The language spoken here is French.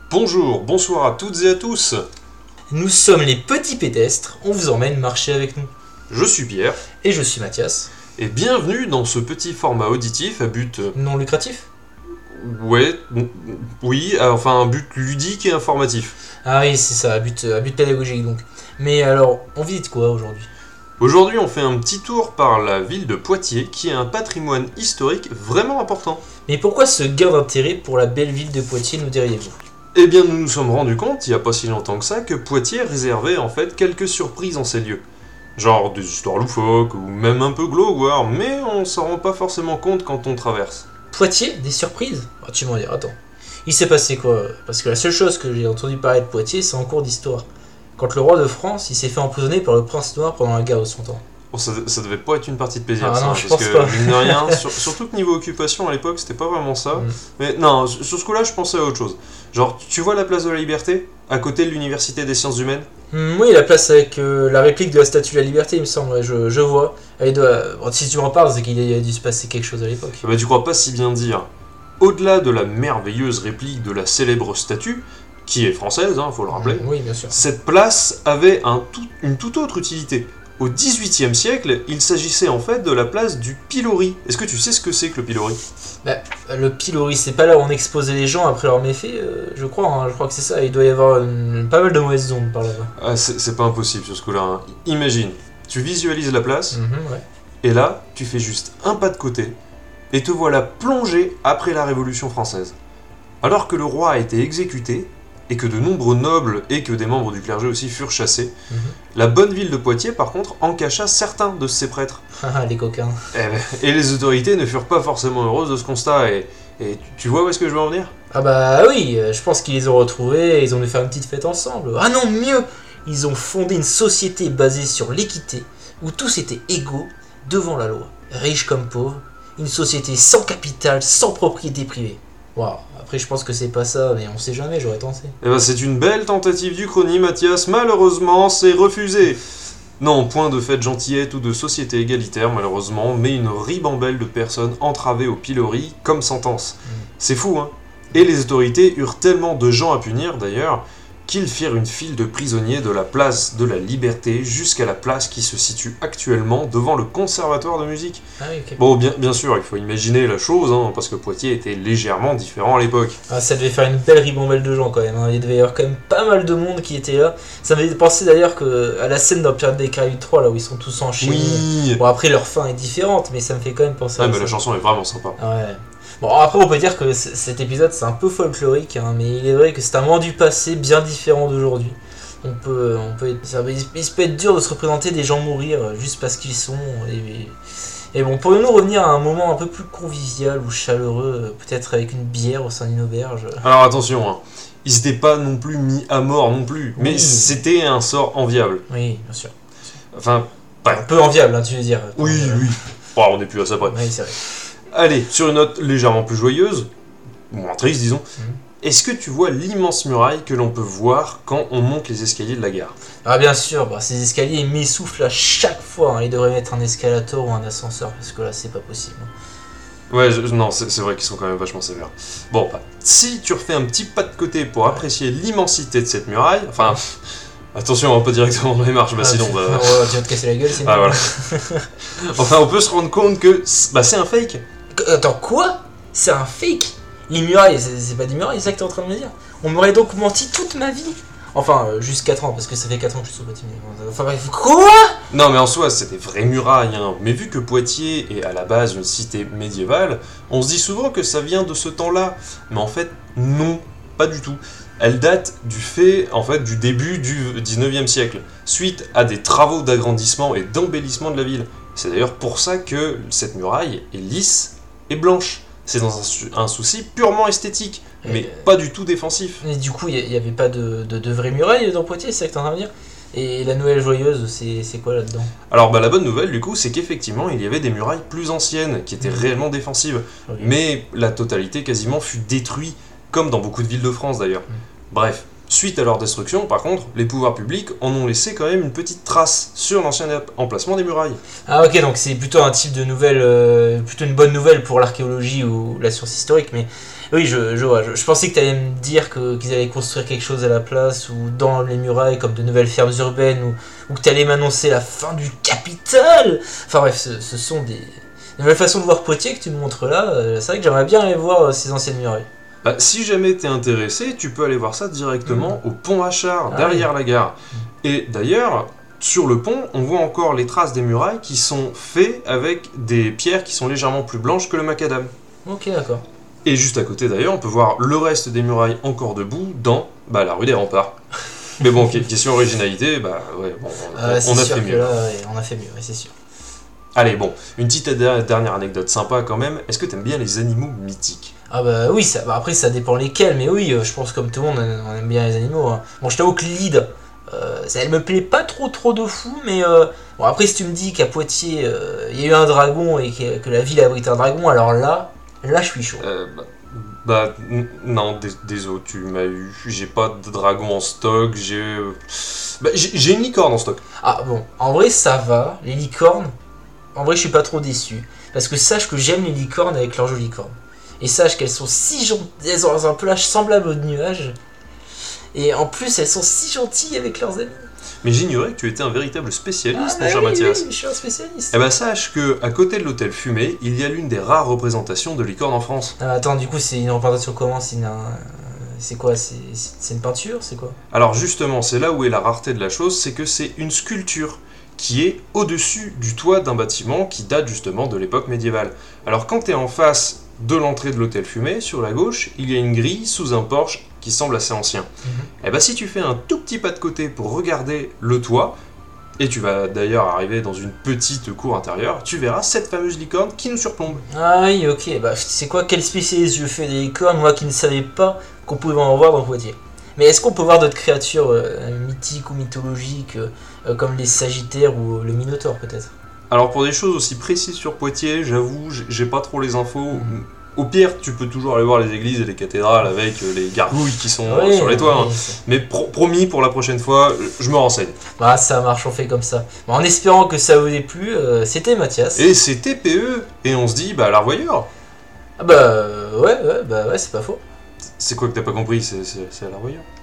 Bonjour, bonsoir à toutes et à tous. Nous sommes les petits pédestres, on vous emmène marcher avec nous. Je suis Pierre Et je suis Mathias. et bienvenue dans ce petit format auditif à but... Non lucratif ? un but ludique et informatif. Ah oui, c'est ça, à but pédagogique donc. Mais alors, on visite quoi aujourd'hui ? Aujourd'hui, on fait un petit tour par la ville de Poitiers qui a un patrimoine historique vraiment important. Mais pourquoi ce gain d'intérêt pour la belle ville de Poitiers, nous diriez-vous ? Eh bien, nous nous sommes rendus compte, il n'y a pas si longtemps que ça, que Poitiers réservait en fait quelques surprises en ces lieux. Genre des histoires loufoques ou même un peu glauques, mais on s'en rend pas forcément compte quand on traverse. Poitiers ? Des surprises ? Ah, tu m'en dis, attends. Il s'est passé quoi ? Parce que la seule chose que j'ai entendu parler de Poitiers, c'est en cours d'histoire. Quand le roi de France, il s'est fait empoisonner par le prince noir pendant la guerre de 100 ans. Bon, ça devait pas être une partie de plaisir, Ah ça, non, hein, je parce pense que, pas. mine de rien, surtout que niveau occupation à l'époque, c'était pas vraiment ça. Mais non, sur ce coup-là, je pensais à autre chose. Genre, tu vois la place de la Liberté, à côté de l'Université des Sciences Humaines ? Oui, la place avec la réplique de la Statue de la Liberté, il me semble, ouais, je vois. Si tu m'en parles, c'est qu'il a dû se passer quelque chose à l'époque. Bah, tu crois pas si bien dire. Au-delà de la merveilleuse réplique de la célèbre statue, qui est française, faut le rappeler, Oui, bien sûr. cette place avait une toute autre utilité. Au XVIIIe siècle, il s'agissait en fait de la place du pilori. Est-ce que tu sais ce que c'est que le pilori ? Le pilori, c'est pas là où on exposait les gens après leurs méfaits, je crois que c'est ça. Il doit y avoir pas mal de mauvaises ondes par là-bas. Ah, c'est pas impossible sur ce coup-là. hein. Imagine, tu visualises la place, Ouais. et là, tu fais juste un pas de côté, et te voilà plongé après la Révolution française. Alors que le roi a été exécuté, et que de nombreux nobles et que des membres du clergé aussi furent chassés, la bonne ville de Poitiers, par contre, en cacha certains de ses prêtres. Ah, les coquins. Et les autorités ne furent pas forcément heureuses de ce constat, et tu vois où est-ce que je veux en venir ? Ah bah oui, je pense qu'ils les ont retrouvés et ils ont dû faire une petite fête ensemble. Ah non, mieux, ils ont fondé une société basée sur l'équité, où tous étaient égaux devant la loi, riches comme pauvres, une société sans capital, sans propriété privée. Waouh, après je pense que c'est pas ça, mais on sait jamais, j'aurais tenté. Eh ben, c'est une belle tentative d'Uchronie, Mathias. Malheureusement, c'est refusé. Non, point de fête gentillette ou de société égalitaire, malheureusement, mais une ribambelle de personnes entravées au pilori comme sentence. C'est fou, hein ? Et les autorités eurent tellement de gens à punir, d'ailleurs, qu'ils firent une file de prisonniers de la place de la Liberté jusqu'à la place qui se situe actuellement devant le conservatoire de musique. Ah oui, ok. Bon, bien sûr, il faut imaginer la chose, parce que Poitiers était légèrement différent à l'époque. Ah, ça devait faire une belle ribambelle de gens quand même, hein. Il devait y avoir quand même pas mal de monde qui était là. Ça me fait penser d'ailleurs à la scène dans Pirates des Caraïbes 3, là où ils sont tous enchaînés. Oui. Bon, après leur fin est différente, mais ça me fait quand même penser à mais ça. la chanson est vraiment sympa. Ah ouais. Bon, après on peut dire que cet épisode c'est un peu folklorique, hein, mais il est vrai que c'est un moment du passé bien différent d'aujourd'hui. Il peut être dur de se représenter des gens mourir juste parce qu'ils sont. Et bon, pourrions-nous revenir à un moment un peu plus convivial ou chaleureux, peut-être avec une bière au sein d'une auberge ? Alors attention, ils s'étaient pas non plus mis à mort non plus, mais Oui. c'était un sort enviable. Oui, bien sûr. Enfin, Un peu enviable, hein, tu veux dire. oui. Bon, on n'est plus à ça près. Oui, c'est vrai. Allez, sur une note légèrement plus joyeuse, moins triste disons, est-ce que tu vois l'immense muraille que l'on peut voir quand on monte les escaliers de la gare ? Ah bien sûr, ces escaliers ils m'essoufflent à chaque fois, hein. Ils devraient mettre un escalator ou un ascenseur, parce que là c'est pas possible. Ouais, non, c'est vrai qu'ils sont quand même vachement sévères. Bon, si tu refais un petit pas de côté pour apprécier l'immensité de cette muraille, enfin, attention, on va pas directement dans les marches, sinon... tu vas te casser la gueule, c'est Ah voilà. Enfin, on peut se rendre compte que c'est un fake. Attends, quoi ? C'est un fake ? Les murailles, c'est pas des murailles, c'est ça que t'es en train de me dire ? On m'aurait donc menti toute ma vie ? Enfin, juste 4 ans, parce que ça fait 4 ans que je suis au bâtiment. Enfin bref, quoi ? Non, mais en soi, c'est des vraies murailles, Mais vu que Poitiers est à la base une cité médiévale, on se dit souvent que ça vient de ce temps-là. Mais en fait, non, pas du tout. Elle date du début du 19e siècle, suite à des travaux d'agrandissement et d'embellissement de la ville. C'est d'ailleurs pour ça que cette muraille est lisse et blanche. C'est dans un souci purement esthétique, mais pas du tout défensif. Et du coup, il n'y avait pas de vraies murailles dans Poitiers, c'est ça que t'es en train de dire ? Et la nouvelle joyeuse, c'est quoi là-dedans ? Alors la bonne nouvelle du coup, c'est qu'effectivement il y avait des murailles plus anciennes qui étaient réellement défensives, Okay. mais la totalité quasiment fut détruite, comme dans beaucoup de villes de France d'ailleurs. Bref, suite à leur destruction, par contre, les pouvoirs publics en ont laissé quand même une petite trace sur l'ancien emplacement des murailles. Ah ok, donc c'est plutôt un type de nouvelle, plutôt une bonne nouvelle pour l'archéologie ou la science historique, mais Oui, je vois. Je pensais que tu allais me dire qu'ils allaient construire quelque chose à la place, ou dans les murailles, comme de nouvelles fermes urbaines, ou que tu allais m'annoncer la fin du capital. Enfin bref, ce sont des nouvelles façons de voir Poitiers que tu me montres là. C'est vrai que j'aimerais bien aller voir ces anciennes murailles. Bah, si jamais t'es intéressé, tu peux aller voir ça directement au pont Achard, derrière la gare. Et d'ailleurs, sur le pont, on voit encore les traces des murailles qui sont faites avec des pierres qui sont légèrement plus blanches que le macadam. Ok, d'accord. Et juste à côté d'ailleurs, on peut voir le reste des murailles encore debout dans la rue des Remparts. Mais bon, question originalité, on a fait mieux. On a fait mieux, c'est sûr. Allez, bon, une petite dernière anecdote sympa quand même. Est-ce que t'aimes bien les animaux mythiques ? Ah bah oui, après ça dépend lesquels, mais oui, je pense comme tout le monde, on aime bien les animaux. Hein. Bon, je t'avoue que Lyd, elle me plaît pas trop de fou, mais bon, après si tu me dis qu'à Poitiers, il y a eu un dragon et que la ville abrite un dragon, alors là je suis chaud. Non, désolé, tu m'as eu. J'ai pas de dragon en stock, j'ai une licorne en stock. Ah bon, en vrai ça va, les licornes, en vrai je suis pas trop déçu. Parce que sache que j'aime les licornes avec leur jolie corne. Et sache qu'elles sont si gentilles, elles ont un pelage semblable aux nuages. Et en plus elles sont si gentilles avec leurs amis. Mais j'ignorais que tu étais un véritable spécialiste, mon cher Mathias. Oui, je suis un spécialiste. Eh ben sache que à côté de l'hôtel Fumé, il y a l'une des rares représentations de licorne en France. Attends, du coup c'est une représentation comment? C'est quoi? C'est une peinture? C'est quoi? Alors justement, c'est là où est la rareté de la chose, c'est que c'est une sculpture qui est au-dessus du toit d'un bâtiment qui date justement de l'époque médiévale. Alors quand tu es en face de l'entrée de l'hôtel Fumé, sur la gauche, il y a une grille sous un porche qui semble assez ancien. Et bah si tu fais un tout petit pas de côté pour regarder le toit, et tu vas d'ailleurs arriver dans une petite cour intérieure, tu verras cette fameuse licorne qui nous surplombe. Ah oui, ok, bah c'est quoi, quel spécialiste je fais des licornes, moi qui ne savais pas qu'on pouvait en voir dans Poitiers. Mais est-ce qu'on peut voir d'autres créatures mythiques ou mythologiques, comme les Sagittaires ou le Minotaure peut-être? Alors pour des choses aussi précises sur Poitiers, j'avoue, j'ai pas trop les infos. Au pire, tu peux toujours aller voir les églises et les cathédrales avec les gargouilles qui sont sur les toits. Oui, Mais promis, pour la prochaine fois, je me renseigne. Bah ça marche, on fait comme ça. Bah, en espérant que ça vous ait plu, c'était Mathias. Et c'était PE, et on se dit, à la revoyure. Ah bah ouais, c'est pas faux. C'est quoi que t'as pas compris? C'est à la revoyure.